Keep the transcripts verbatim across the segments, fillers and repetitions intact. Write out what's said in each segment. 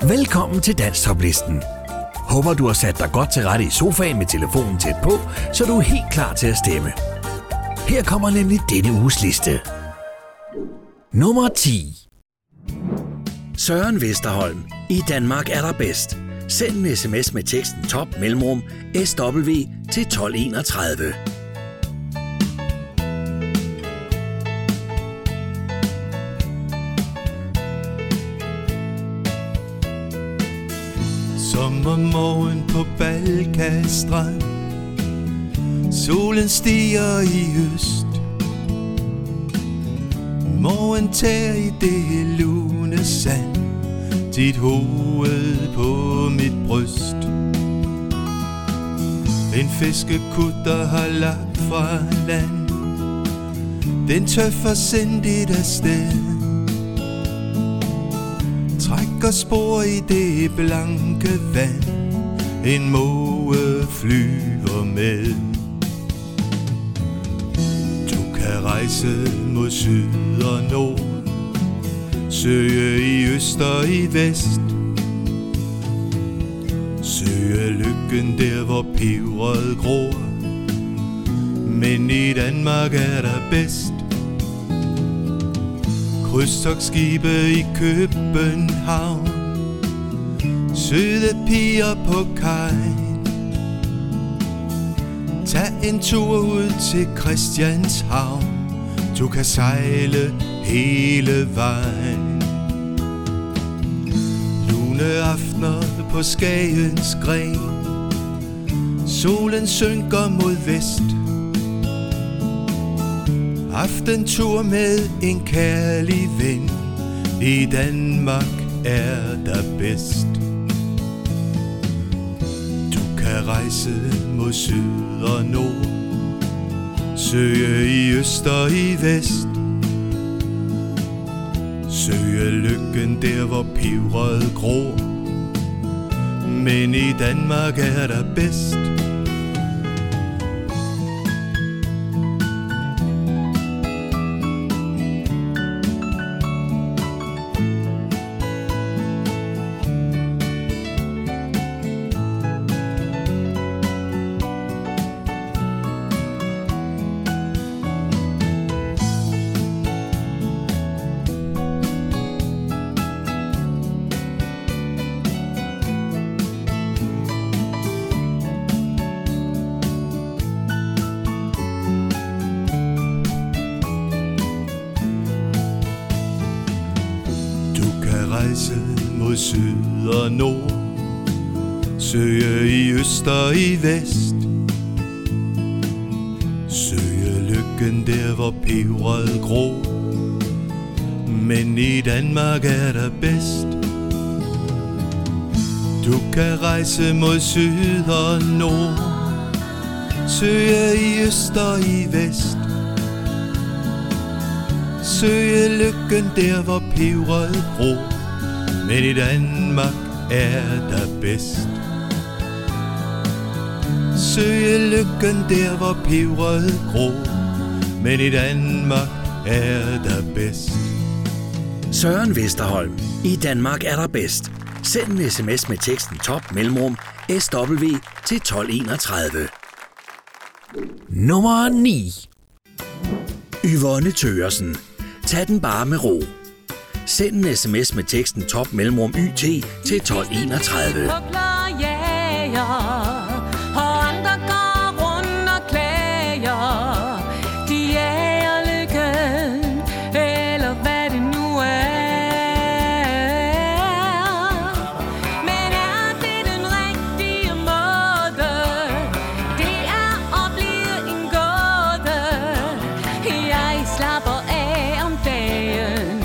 Velkommen til Dansktoplisten. Håber du har sat dig godt til rette i sofaen med telefonen tæt på, så du er helt klar til at stemme. Her kommer nemlig denne uges liste. Nummer ti. Søren Vesterholm. I Danmark er der bedst. Send en sms med teksten top mellemrum S W til tolv enogtredive. Sommermorgen på Balkas strand. Solen stiger i øst. Morgen tager i det lune sand. Dit hoved på mit bryst. En fiskekutter har lagt fra land. Den tøffer sindigt afsted. Trækker spor i det blanke vand. En måge flyver med. Du kan rejse mod syd og nord. Søge i øst og i vest. Søge lykken der hvor peberet gror. Men i Danmark er der bedst. Krydstogtskibe i København. Søde piger på kajen. Tag en tur ud til Christianshavn. Du kan sejle hele vejen. Lune aftener på Skagens gren. Solen synker mod vest. Aftentur med en kærlig ven. I Danmark er der bedst. Du kan rejse mod syd og nord. Søge i øst og i vest. Søge lykken der hvor peberet gror. Men i Danmark er der bedst. Mod syd og nord. Søge i øst og i vest. Søge lykken der hvor peberet gror. Men i Danmark er der bedst. Du kan rejse mod syd og nord. Søge i øst og i vest. Søge lykken der hvor peberet gror. Men i Danmark er der bedst. Søge lykken der hvor peberet gror. Men i Danmark er der bedst. Søren Vesterholm. I Danmark er der bedst. Send en sms med teksten top mellemrum S W til tolv enogtredive. Nummer ni. Yvonne Thøgersen. Tag den bare med ro. Send en sms med teksten top mellemrum Y T til tolv enogtredive. Og andre går rundt og klager. De jager lykken, eller hvad det nu er. Men er det den rigtige måde? Det er og bliver en gåde. Jeg slapper af om dagen.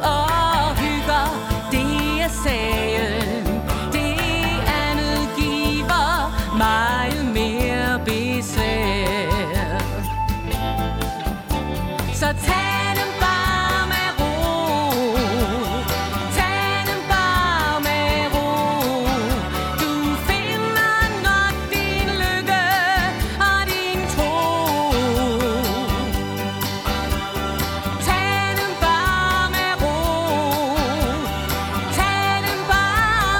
Så tag den bare med ro. Tag den bare med ro. Du finder nok din lykke og din tro. Tag den bare med ro. Tag den bare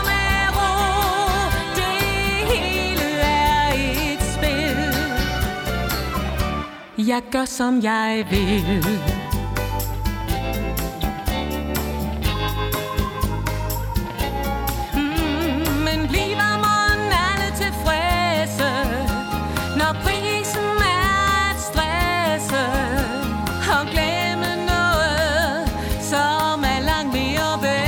jeg gør som jeg vil. mm, Men bliver mon alle tilfredse, når prisen er at stresse og glemme noget, som er langt mere værd.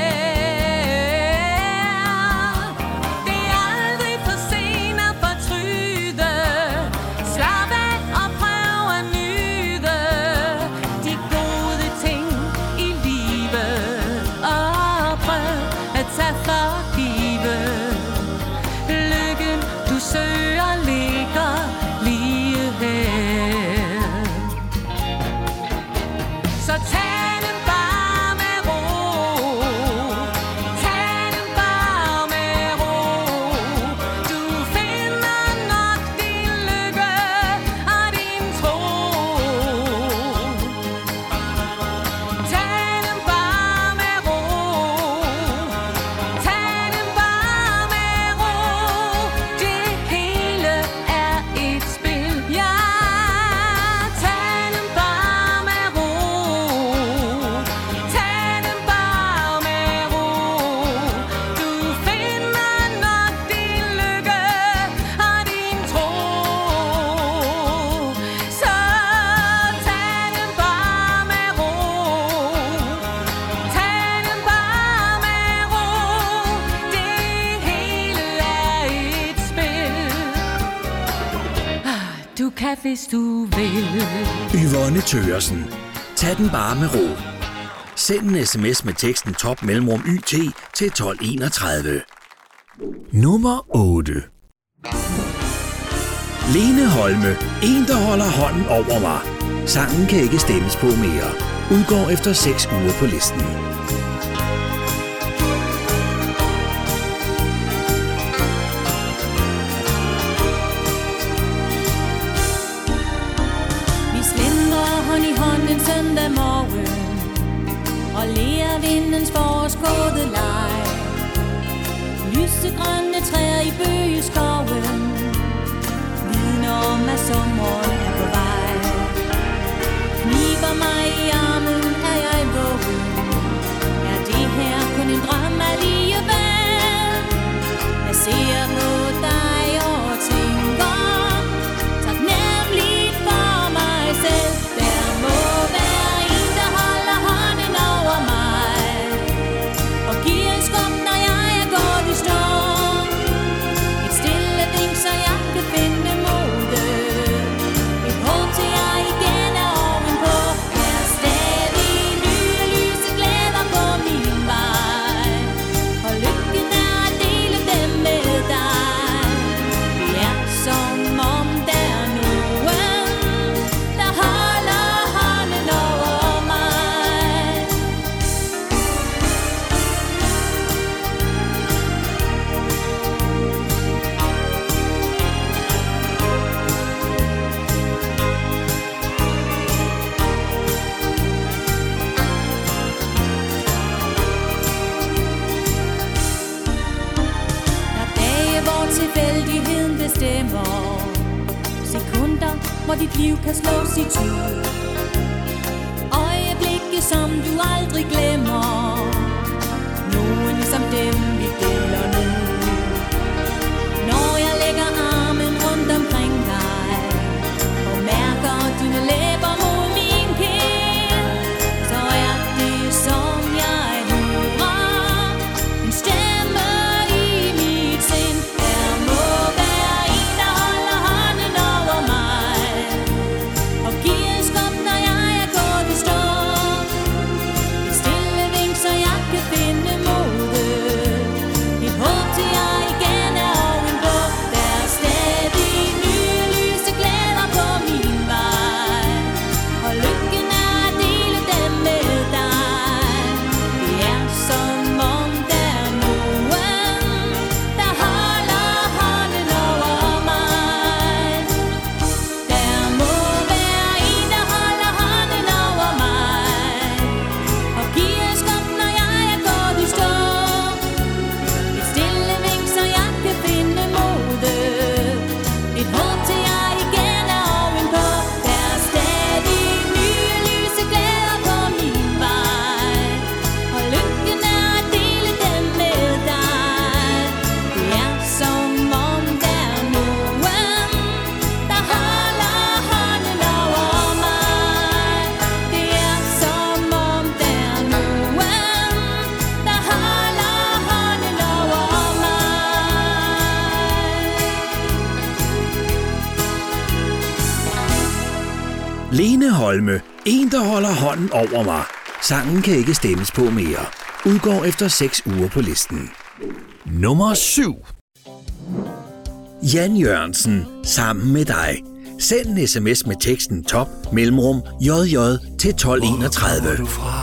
Hvis du vil. Yvonne Thøgersen. Tag den bare med ro. Send en sms med teksten top mellemrum Y T til tolv enogtredive. Nummer otte. Lene Holme. En, der holder hånden over mig. Sangen kan ikke stemmes på mere. Udgår efter seks uger på listen. Søndag morgen og ler vindens forårskåde leg. Lysegrønne træer i bøgeskoven vidner om, at sommeren er på vej. Kniber mig i armen, er jeg vågen. Er det her kun en drøm alligevel? Jeg ser på dig og tænker taknemmeligt for mig selv. Sekunder, hvor dit liv kan slås i to. Øjeblikke, som du aldrig glemmer. Nogen som dem, vi deler nu. Når jeg lægger armen rundt omkring dig og mærker dine læber mod min kind, så er det som jeg hører en stemme i mit sind. Der må være en, der holder hånden over mig og giver skub, Holme, en der holder hånden over mig. Sangen kan ikke stemmes på mere. Udgår efter seks uger på listen. Nummer syv. Jan Jørgensen, Sammen med dig. Send en sms med teksten top mellemrum jj til tolv enogtredive.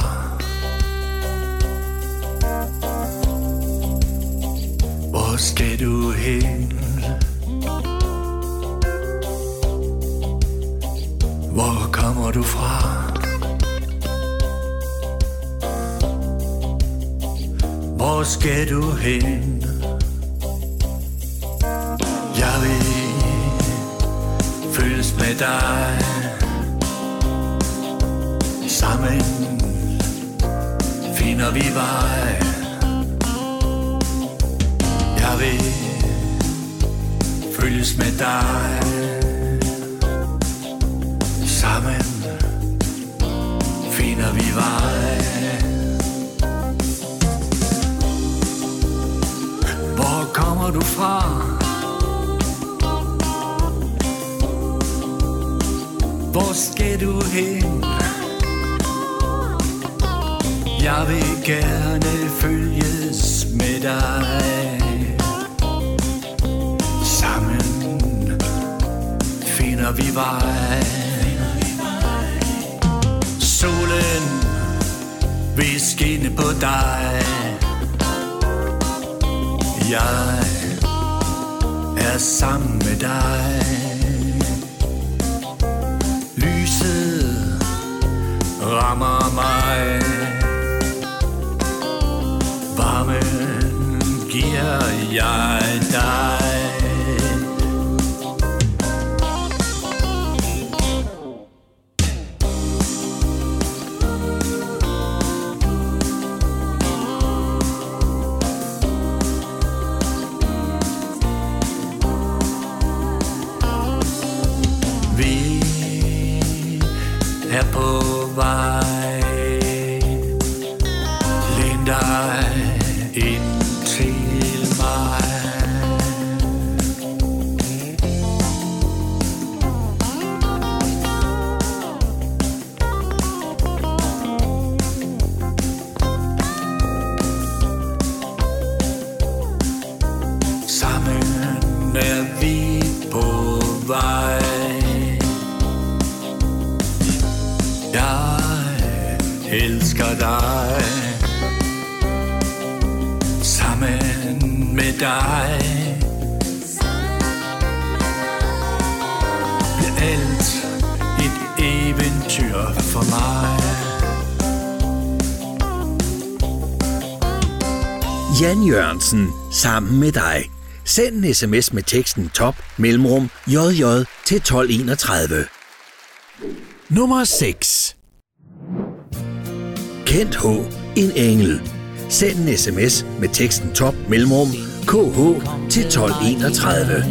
Hvor skal du hen? Hvor kommer du fra? Hvor skal du hen? Jeg vil følges med dig. Sammen finder vi vej. Jeg vil følges med dig. Sammen finder vi vej. Hvor kommer du fra? Hvor skal du hen? Jeg vil gerne følges med dig. Sammen finder vi vej. Solen vil skinne på dig. Jeg er sammen med dig. Lyset rammer mig. Varmen giver jeg dig. Er på vej. Læn dig ind til mig. Sammen er vi på vej. Jeg elsker dig. Sammen med dig bliver alt et eventyr for mig. Jan Jørgensen, Sammen med dig. Send en sms med teksten top mellemrum jj til tolv enogtredive. Nummer seks. Kent H. En engel. Send en sms med teksten top mellemrum kh til tolv enogtredive.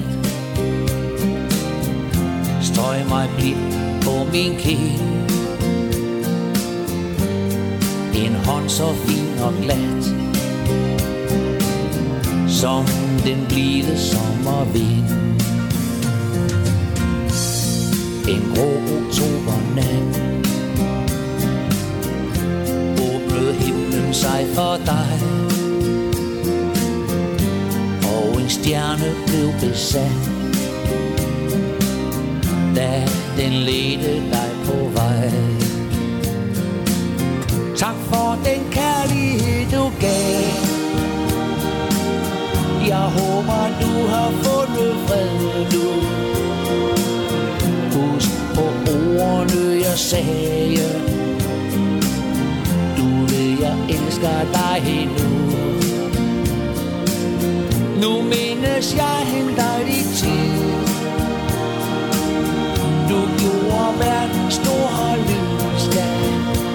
Strøg mig blind på min kind. En hånd så fin og glat, som den blide sommervind. En grå oktobernat åbnede himlen sig for dig, og en stjerne blev besat, da den ledte dig på vej. Tak for den kærlighed du gav. Jeg håber du har fundet fred nu. Husk på ordene jeg sagde. Du ved jeg elsker dig nu. Nu mindes jeg dig dit tid. Du gjorde verden stor lysdag.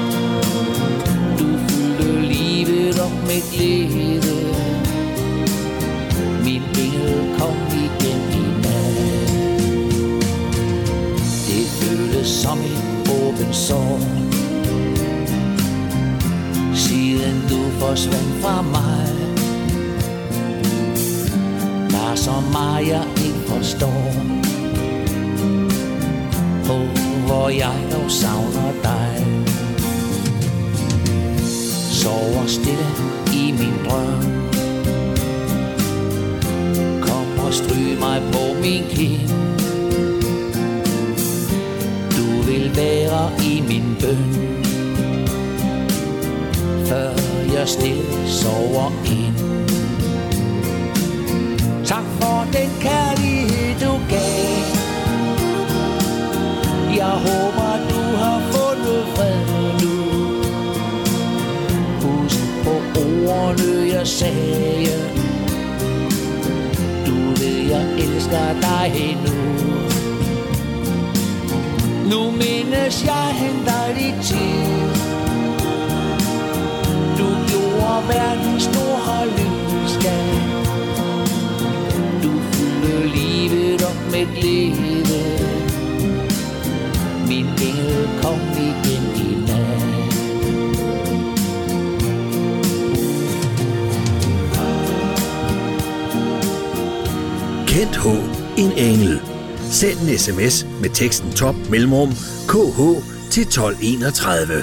Du fyldte livet op med glæde. Min engel kom igen i nat. Det føltes som et åbent sår, siden du forsvandt fra mig. Der er så meget jeg ikke forstår. på, hvor jeg dog savner dig. Sover stille i min drøm. Kom og stryg mig på min kind. Du vil være i min bøn, før jeg stille sover ind. Tak for den kærlighed du gav. Jeg håber du har fundet fred nu. Husk på ordene jeg sagde. Du ved jeg elsker dig nu. Nu mindes jeg henter dit tid. Du gjorde verden stor lysskab. Du fyldte livet op med glæde. Min engel kom igen i nat. Kent H. En engel. Send en sms med teksten top mellemrum K H til tolv enogtredive.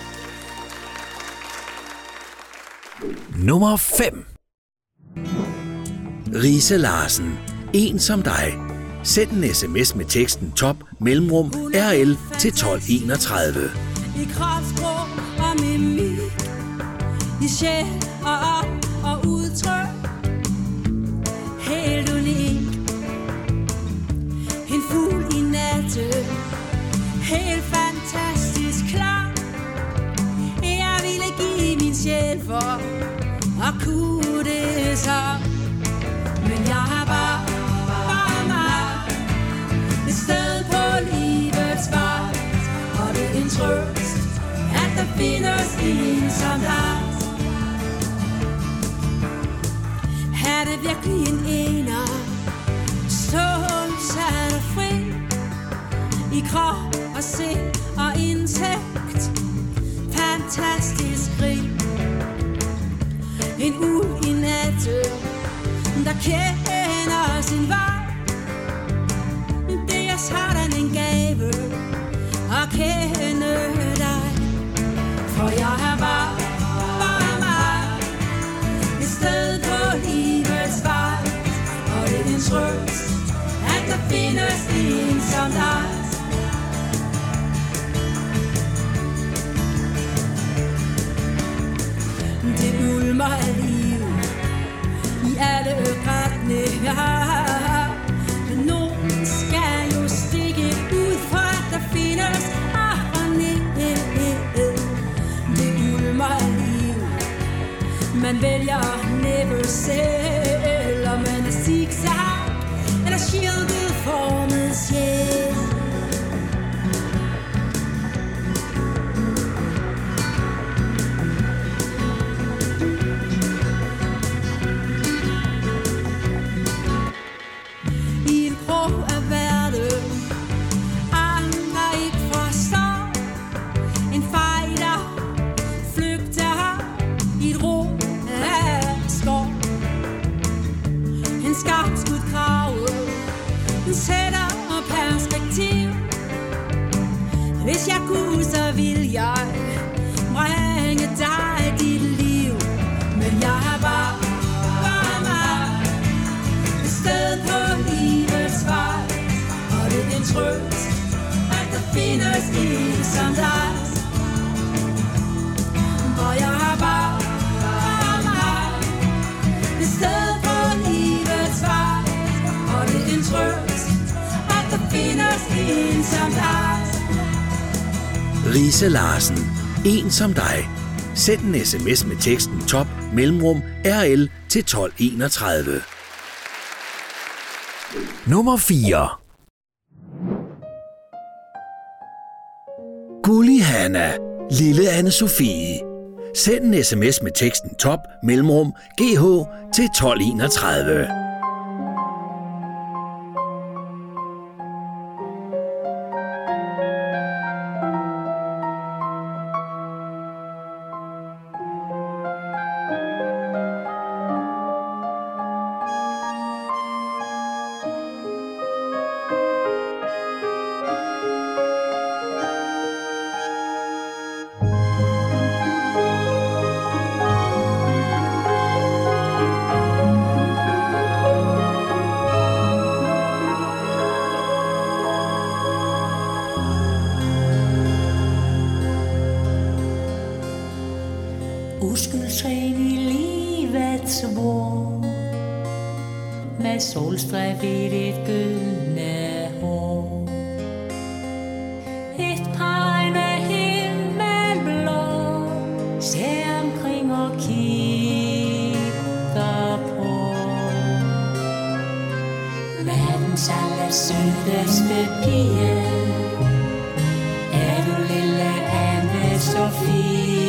Nummer fem. Rise Larsen. En som dig. Send en sms med teksten top mellemrum R L til tolv enogtredive. I kropssprog og mimik, i sjæl og op og udtryk, helt unik. En fugl i natten, helt fantastisk klar. Jeg ville give min sjæl for at kunne det så, men jeg har bare, bare mig et sted på livets vej. Og det er en trøst, at der findes en som dig. Er det virkelig en ener, så sat og fri, i krop og sind og indsigt, fantastisk rig. En ulv i natten, der kender sin vej. Det er sådan en gave at kende dig. For jeg er bare, bare mig, et sted på livets vej. Og det er en trøst, at der findes en som dig. Det ulmer af liv i alle retninger. Men nogen skal jo stikke ud, for at der findes harmoni. Det ulmer af liv, man vælger næppe selv, om man er zigzag eller cirkelformet sjæl. Hvis jeg kunne, så vil jeg bringe dig dit liv. Men jeg har bare, bare mig et sted på livets vej. Og det er en trøst, at der findes en som dig. For jeg har bare, bare mig et sted på livets vej. Og det er en trøst, at der findes en som dig. Rise Larsen. En som dig. Send en sms med teksten top mellemrum R L til tolv enogtredive. Nummer fire. Gulli Hanna. Lille Anne Sofie. Send en sms med teksten top mellemrum G H til tolv enogtredive. Uskyldsren i livets vor, med solstrejf i dit gyldne hår. Et par med himmelblå, ser omkring og kigger på verdens allersødeste pige. Er du lille Anne-Sophie?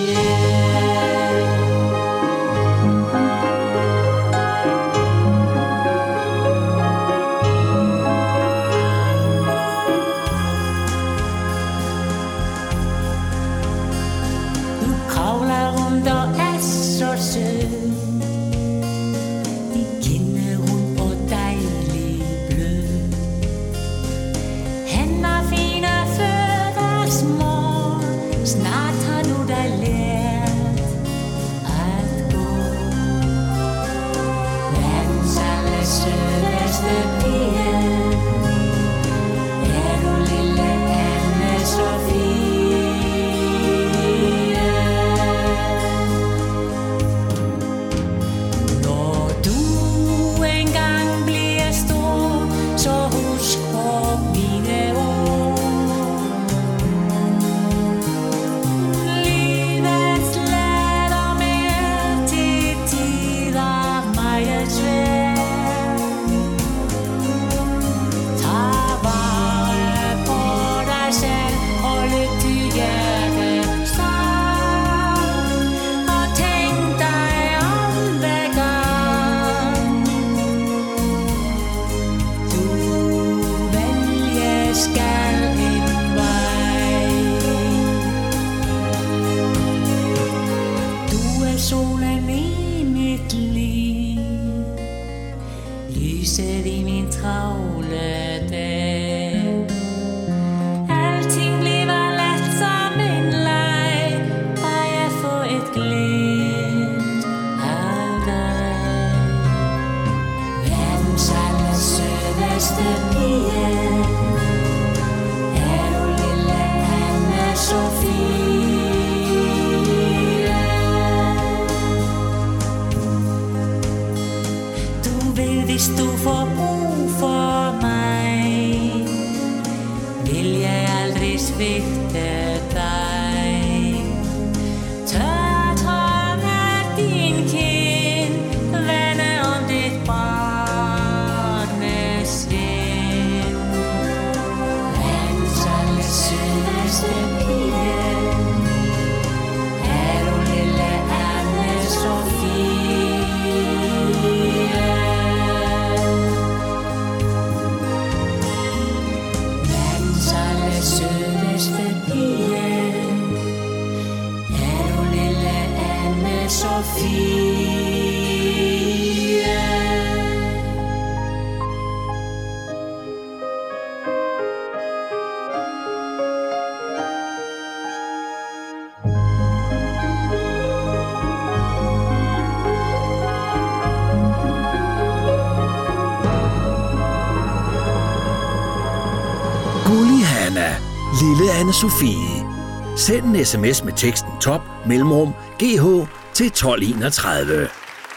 Lille Anne-Sophie. Send en sms med teksten top mellemrum gh til tolv enogtredive.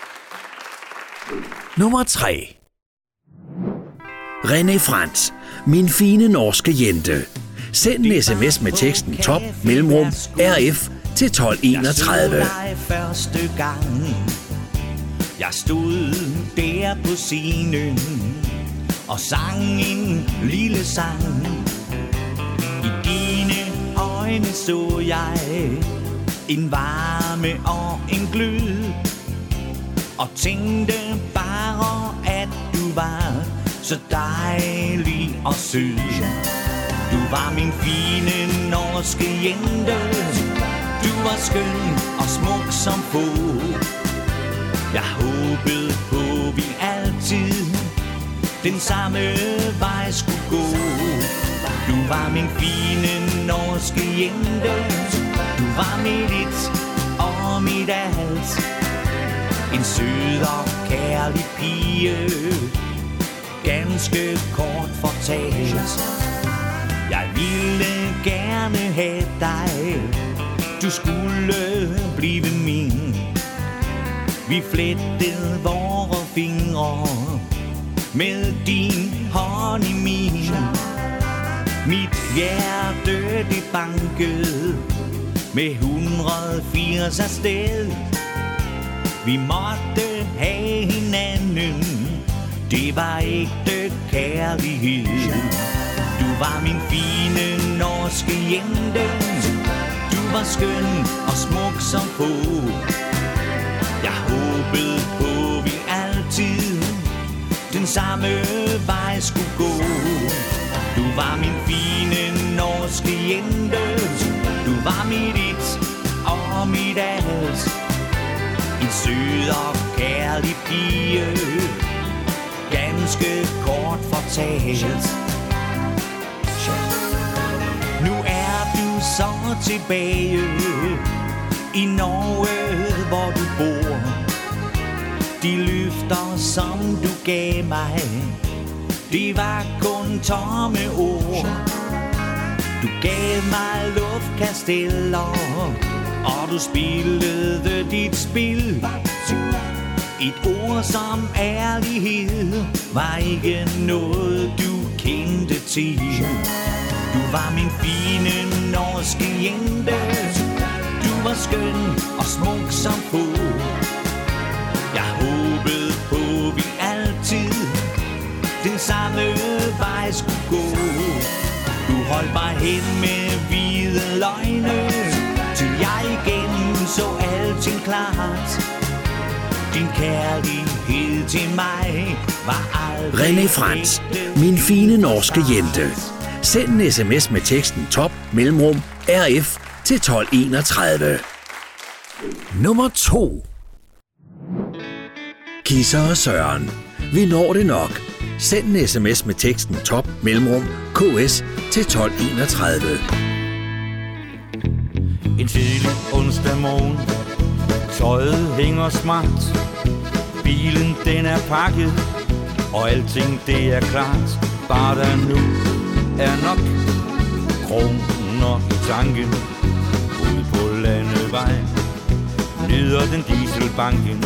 Nummer tre. René Frans. Min fine norske jente. Send en sms med teksten top mellemrum rf til tolv enogtredive. Første gang jeg stod der på scenen og sang en lille sang. I dine øjne så jeg en varme og en glød, og tænkte bare, at du var så dejlig og sød. Du var min fine norske jente, du var skøn og smuk som få. Jeg håbede på, vi altid den samme vej skulle gå. Du var min fine norske jente, du var mit et og mit alt. En sød og kærlig pige, ganske kort fortalt. Jeg ville gerne have dig du skulle blive min. Vi flettede vore fingre med din hånd i min. Mit hjerte det bankede med hundrede firs afsted. Vi måtte have hinanden, det var ægte kærlighed. Du var min fine norske jente, du var skøn og smuk som få. Jeg håbede på, vi altid den samme vej skulle gå. Du var min fine norske jente, du var mit et og mit alt. En sød og kærlig pige, ganske kort fortalt. Nu er du så tilbage i Norge, hvor du bor. De løfter, som du gav mig, det var kun tomme ord. Du gav mig luftkasteller, og du spillede dit spil. Et ord som ærlighed var ikke noget, du kendte til. Du var min fine norske jente, du var skøn og smuk som få. Jeg håbede på, vi altid den samme vej skulle gå. Du holdt mig hen med hvide løgne, til jeg igen så alting klart. Din kærlighed til mig var aldrig. René Frans, min fine norske jente. Send en sms med teksten top mellemrum R F til tolv enogtredive. Nummer to. Kisser og Søren. Vi når det nok. Send en sms med teksten top mellemrum K S til tolv enogtredive. En tidlig onsdag morgen, tøjet hænger smart. Bilen den er pakket, og alting det er klart. Bare der nu er nok kroner i tanken. Ude på landevej nyder den dieselbanken.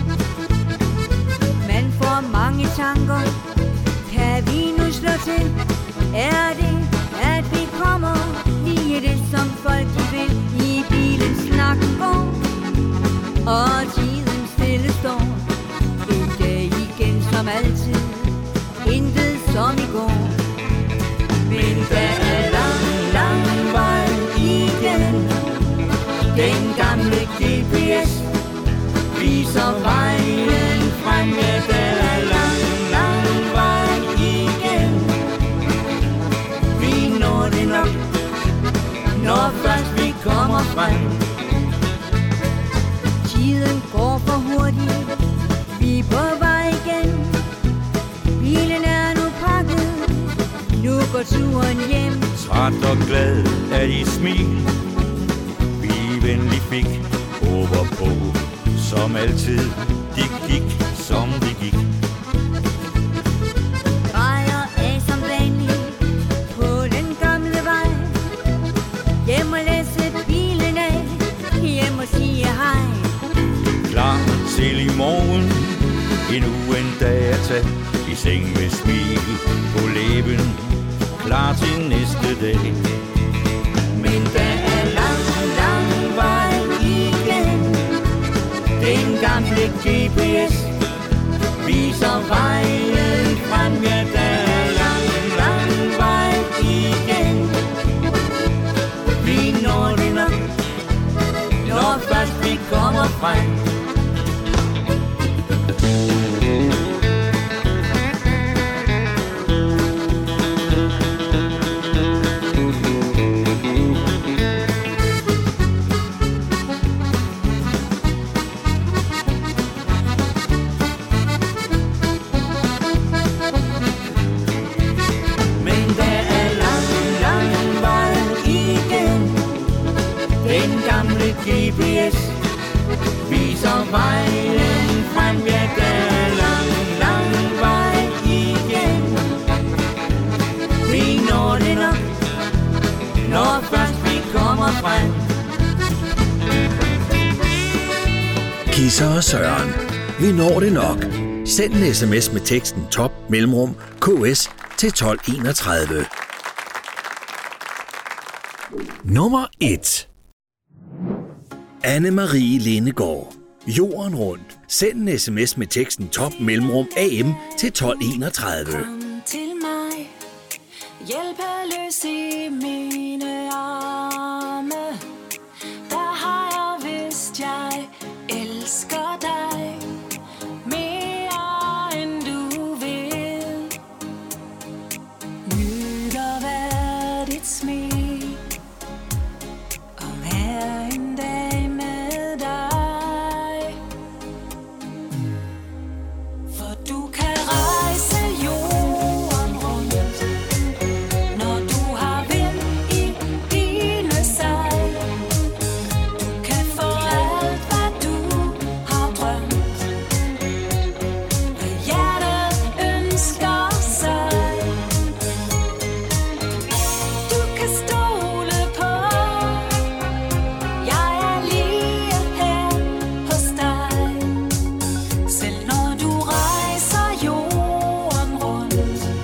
Man får mange tanker, kan vi nu slå til? Er det, at vi kommer lige det, som folk de vil? I bilen snakken går, og tiden stille står. En dag igen som altid, intet som i går. Men der er lang, lang vej igen. Den gamle G P S viser vejen frem. Ja, der er lang, lang vej igen. Vi når det nok, når først vi kommer frem. Tiden går for hurtigt, vi er på vej igen. Bilen er nu pakket, nu går turen hjem. Træt og glad af de smil, vi venlig fik. Håber på, som altid, det gik, som det gik. Drejer af som vanligt på den gamle vej. Hjem og læse bilen af, hjem og sige hej. Klar til i morgen, endnu en dag at tage. I seng med smil på læben, klar til næste dag. Men der er lang, lang vej igen. Den gamle G P S viser vejen frem. Ja, der er lang, lang vej igen. Vi når det nok, når først vi kommer frem. G P S viser vejen frem. Ja, der er lang, lang vej igen. Vi når det nok, når først vi kommer frem. Kisser og Søren. Vi når det nok. Send en sms med teksten top mellemrum K S til tolv enogtredive. Nummer et. Anne-Marie Lindegaard. Jorden rundt. Send en sms med teksten top mellemrum A M til tolv enogtredive. Kom til mig, hjælpeløs i mine arme. Der har jeg vidst, jeg elsker dig mere end du vil. Nyt at være dit smil og være en dag med dig. For du kan rejse jorden rundt, når du har vind i dine sejl. Du kan få alt, hvad du har drømt, hvad hjertet ønsker sig. Du kan stole på, jeg er lige her hos dig. Selv når du rejser jorden rundt,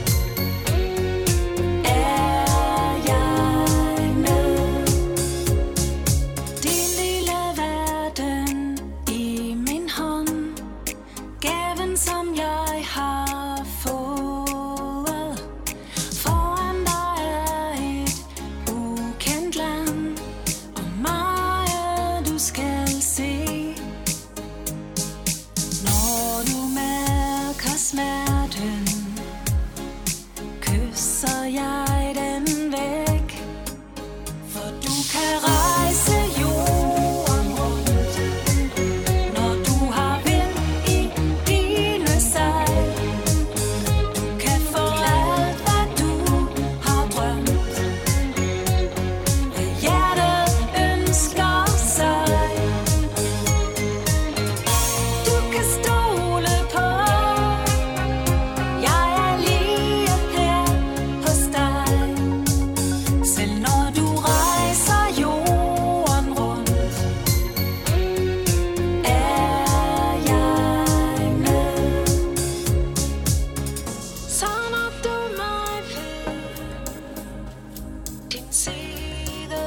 er jeg med. Din lille verden i min hånd, gaven som jeg har fået. Foran dig er et ukendt land, og meget du skal se. Når du mærker smerten, kysser jeg den væk. For du kan rejse jorden rundt, når du har vind i dine sejl. Du kan få alt, hvad du har drømt, hvad hjertet ønsker sig. Du kan stole på, jeg er lige her hos dig. Selv når du rejser jorden rundt, er jeg med. Så når du mig ved din side,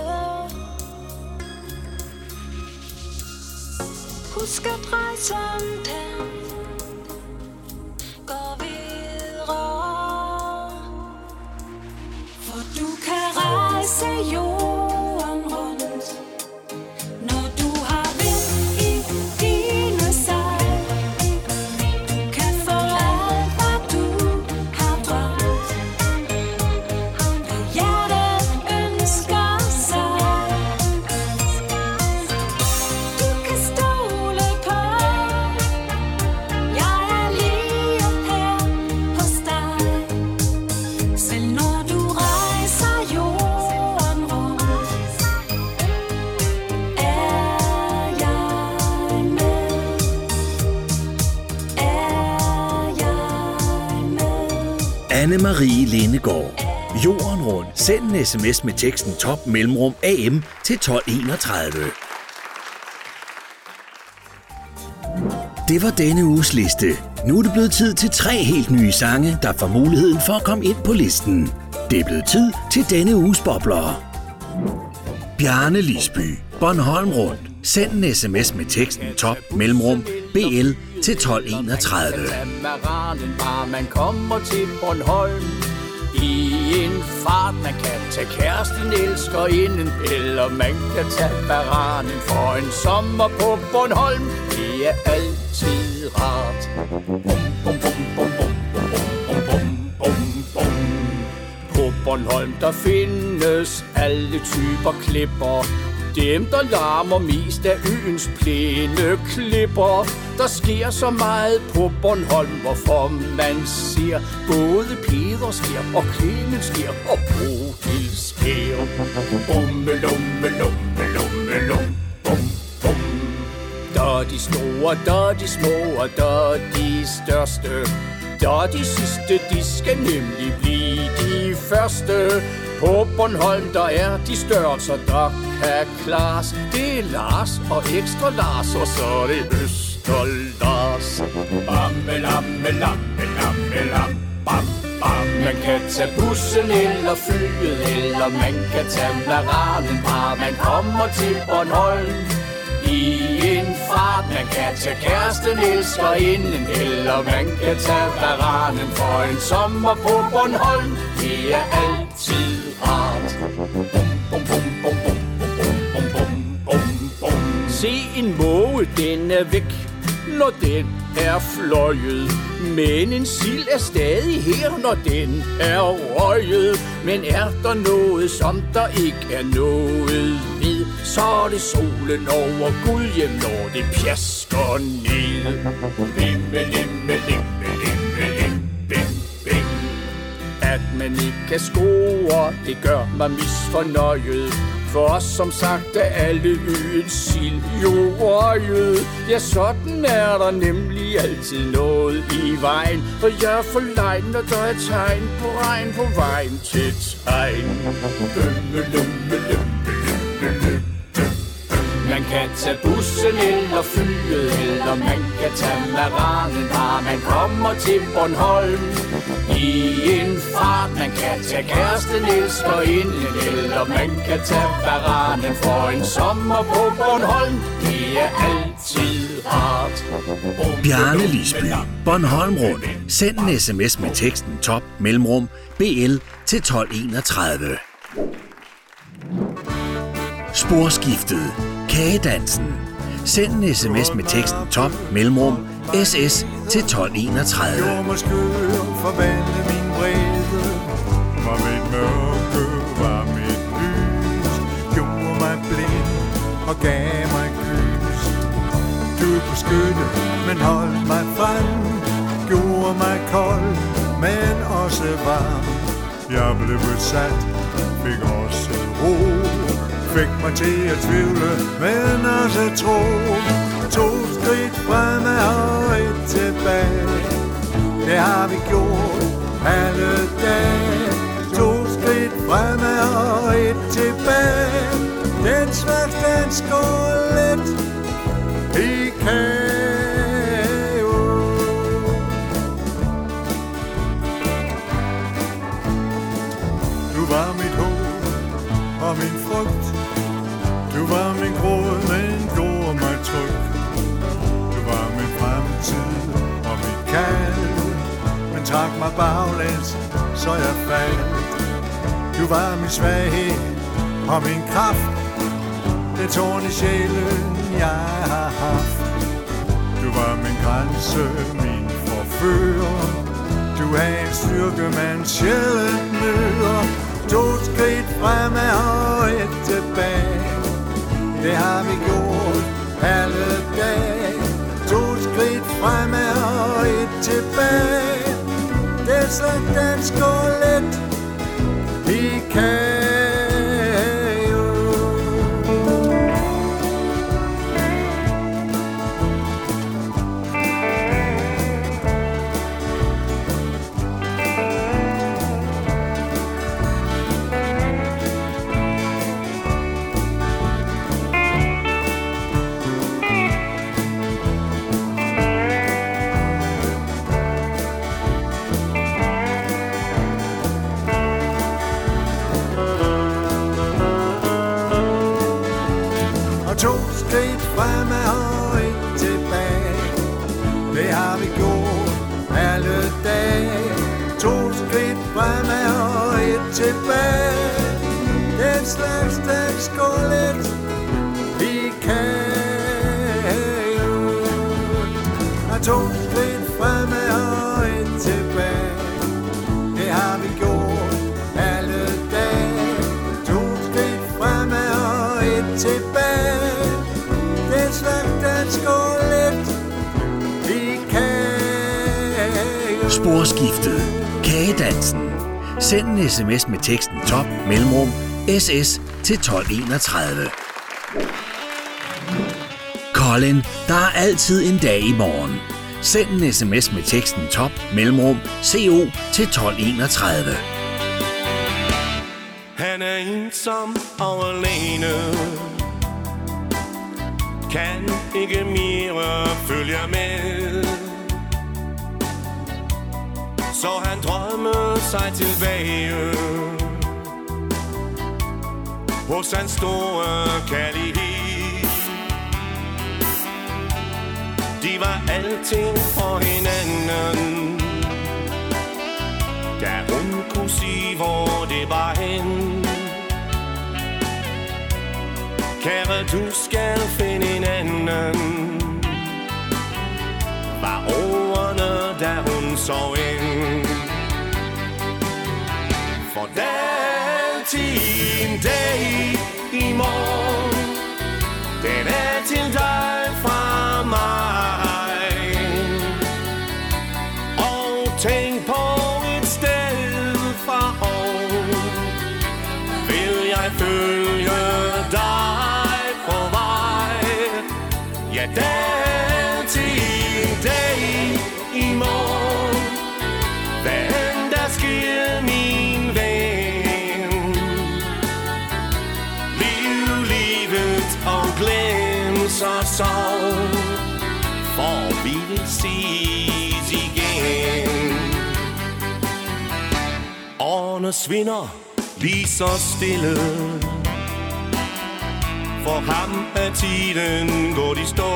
husk at rejsen den går videre. For du kan rejse jorden rundt, når du har vind i dine sejl. Du kan få alt, hvad du har drømt, hvad hjertet ønsker sig. Du kan stole på, jeg er lige her hos dig. Selv når du rejser jorden rundt, er jeg med. Er jeg med. Anne-Marie Lindegaard. Jorden rundt. Send en sms med teksten top mellemrum A M til tolv enogtredive. Det var denne uges liste. Nu er det blevet tid til tre helt nye sange, der får muligheden for at komme ind på listen. Det er blevet tid til denne uges bobler. Bjarne Lisby. Bornholm rundt. Send en sms med teksten top mellemrum B L til tolv enogtredive. Katamaranen, bare man kommer til Bornholm. I en fart, man kan tage kæresten, elskerinden, eller man kan tage baranen for en sommer på Bornholm. Det er altid rart. Bum, bum, bum, bum, bum, bum, bum, bum, bum. På Bornholm, der findes alle typer klipper. Dem, der larmer mest af øens plæne klipper. Der sker så meget på Bornholm, hvorfor man siger både Peder sker og Clemens sker og Bodil sker. Bumme, lumme, lumme, lumme, lumme, bum, bum. Der er de store, der er de små, og der er de største. Der er de sidste, de skal nemlig blive de de første. På Bornholm, der er de størrelser, der kan klares. Det er Lars og ekstra Lars, og så er det Øster Lars. Bamme, lamme, lamme, lamme, lam, bam, bam. Man kan tage bussen eller flyet, eller man kan tage varanen, bare man kommer til Bornholm i en fart. Man kan tage kæresten, elskerinden, eller man kan tage varanen for en sommer på Bornholm. Det er altid rart. Bum, bum, bum, bum, bum, bum, bum, bum, bum. Se en måge, den er væk, når den er fløjet. Men en sild er stadig her, når den er røget. Men er der noget, som der ikke er noget ved, så er det solen over Gudhjem, når det pjasker ned. Limme, limme, limme, limme, limme, bim. At man ikke kan score, det gør mig misfornøjet. For som sagt er alle øens sild jo røget. Ja, sådan er der nemlig altid noget i vejen. Og jeg er for lejn, når der er tegn på regn på vejen til tegn. Lømme, lømme, lømme, lømme, lømme. Man kan tage bussen eller flyet, eller man kan tage varanen, bare man kommer til Bornholm i en fart. Man kan tage kæresten, elskerinden, eller man kan tage varanen for en sommer på Bornholm. Det er altid rart. Bjarne Lisby, Bornholm Rundt. Send en sms med teksten top mellemrum B L til tolv enogtredive. Sporskiftet. Kagedansen. Send en sms med teksten top mellemrum S S til tolv enogtredive. Gjorde mig skør, forvandle min vrede. Var mit mørke, var mit lys. Gjorde mig blind og gav mig gys. Du kunne skytte, men hold mig frem. Gjorde mig kold, men også varm. Jeg blev besat, fik også ro. Fik mig til at tvivle, men også tro. To skridt fremad og et tilbage. Det har vi gjort alle dage. To skridt fremad og et tilbage. Den slags dans går let i kage. Du var mit håb og min frygt. Du var min gråd, men gjorde mig tryg. Du var min fremtid og mit kald, men trak mig baglæns, så jeg faldt. Du var min svaghed og min kraft, det tårn i sjælen, jeg har haft. Du var min grænse, min forfører. Du havde en styrke, man sjældent møder. To skridt fremad og et tilbage. Det har vi gjort alle dage. To skridt fremad og et tilbage. Det er så dansk og let i kage. To skridt fremad og et tilbage. Det har vi gjort alle dage. To skridt fremad og et tilbage. Den slags dans går let i kage. To skridt fremad og et tilbage. Det har vi gjort alle dage. To skridt fremad og et tilbage. Sporskiftet. Kagedansen. Send en sms med teksten top mellemrum S S til tolv enogtredive. Colin, der er altid en dag i morgen. Send en sms med teksten top mellemrum C O til tolv enogtredive. ensom og alene, kan ikke mere følge med. Så han drømmer sig tilbage hos hans store kærlighed. De var alting for hinanden, da hun kunne sige, hvor det var hen. Kære, du skal finde en anden, var ordene, da hun sov ind. For der er altid en dag i morgen, den er til dig fra mig. Og tænk på et sted fra år, vil jeg følge dig på vej. Ja, der er altid en dag i morgen, hvad end der sker, min ven. Liv livet og glems og sorg, for vi vil ses igen. Årene svinder lige så stille, for ham er tiden gået i stå.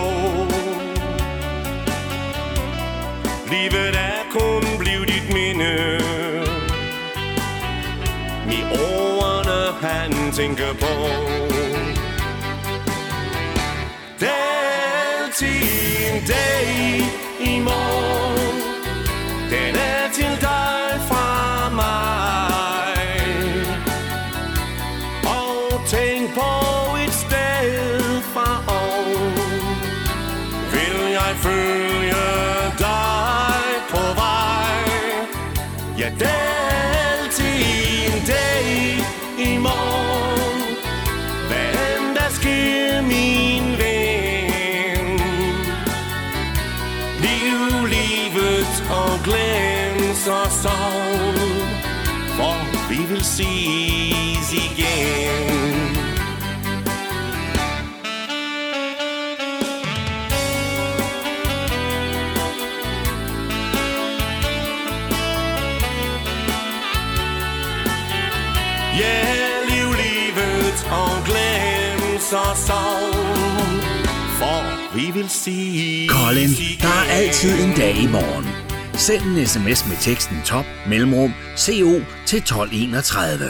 Livet er kun blevet dit minde, med ordene han tænker på. Der er altid en dag i morgen, den er til dig fra mig. Og tænk på et sted fra år, vil jeg følge dig på vej. Ja, der er altid en dag i morgen, hvad end der sker, min ven. Liv livet og glems og sorg, for vi vil ses igen. Ja, liv livet og glems og sorg, for vi vil sige Colin, der er altid en dag i morgen. Send en sms med teksten top mellemrum C O til tolv enogtredive.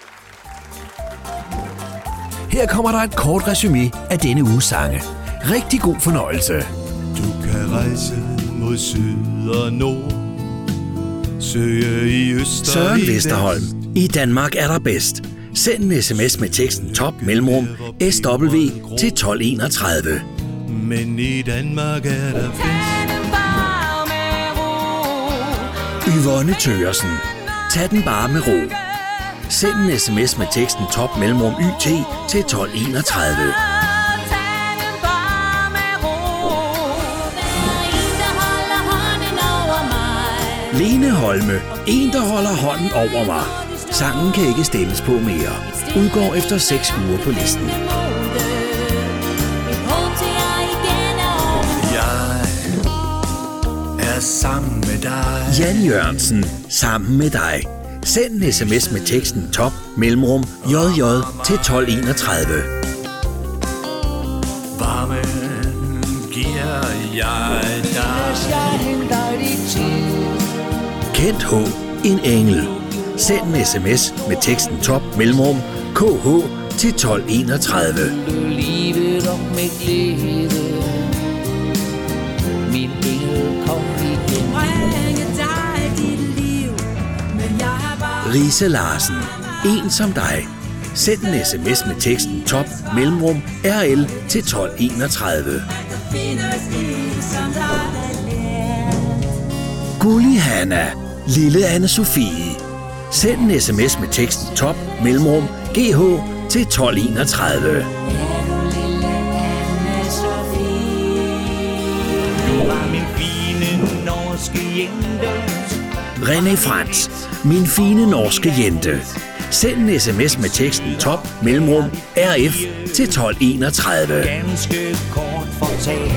Her kommer der et kort resumé af denne uges sange. Rigtig god fornøjelse. Du kan rejse mod syd og nord, søge i øst og Søren i vest. Vesterholm. I Danmark er der bedst. Send en sms med teksten top mellemrum S W til tolv enogtredive. Men i Danmark er der bedst. Yvonne Thøgersen. Tag den bare med ro. Send en sms med teksten top mellemrum Y T til tolv enogtredive. Lene Holme. En, der holder hånden over mig. Sangen kan ikke stemmes på mere. Udgår efter seks uger på listen. Jeg er sammen med dig. Jan Jørgensen. Sammen med dig. Send en sms med teksten top mellemrum J J til tolv enogtredive. Varmen giver jeg dig. Kent H. En engel. Send en sms med teksten top mellemrum K H til tolv enogtredive. Livet op med glæde, min engel kom igen. Rise Larsen. En som dig. Send en sms med teksten top mellemrum R L til tolv enogtredive. Gulli Hanna. Lille Anne Sofie. Send en sms med teksten top mellemrum G H til tolv enogtredive. Du var min fine norske jente. René Frans. Min fine norske jente. Send en sms med teksten top mellemrum R F til tolv enogtredive. Ganske kort fortalt.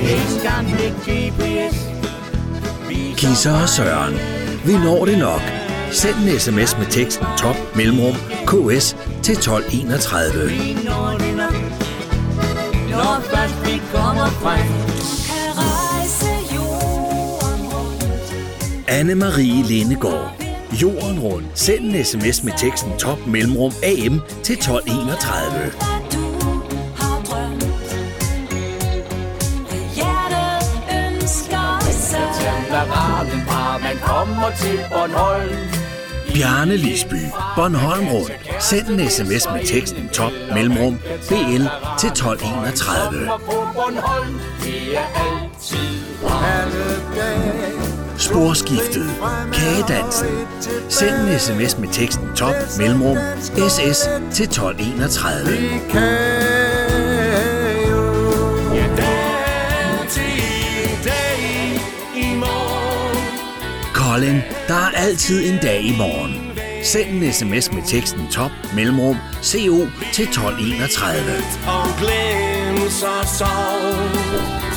Kisser og Søren. Vi når det nok. Send en sms med teksten top mellemrum K S til tolv enogtredive. Vi når det nok. Når først vi kommer frem. Anne-Marie Lindegård. Jorden rundt. Send en sms med teksten top mellemrum A M til tolv enogtredive. Man kommer til Bornholm. Bjarne Lisby. Bornholm rundt. Send en sms med teksten top mellemrum B L til tolv enogtredive. Sporskiftet. Kagedansen. Send en sms med teksten top mellemrum S S til tolv enogtredive. Colin, der er altid en dag i morgen. Send en sms med teksten top mellemrum C O til tolv enogtredive. Og glem så sov.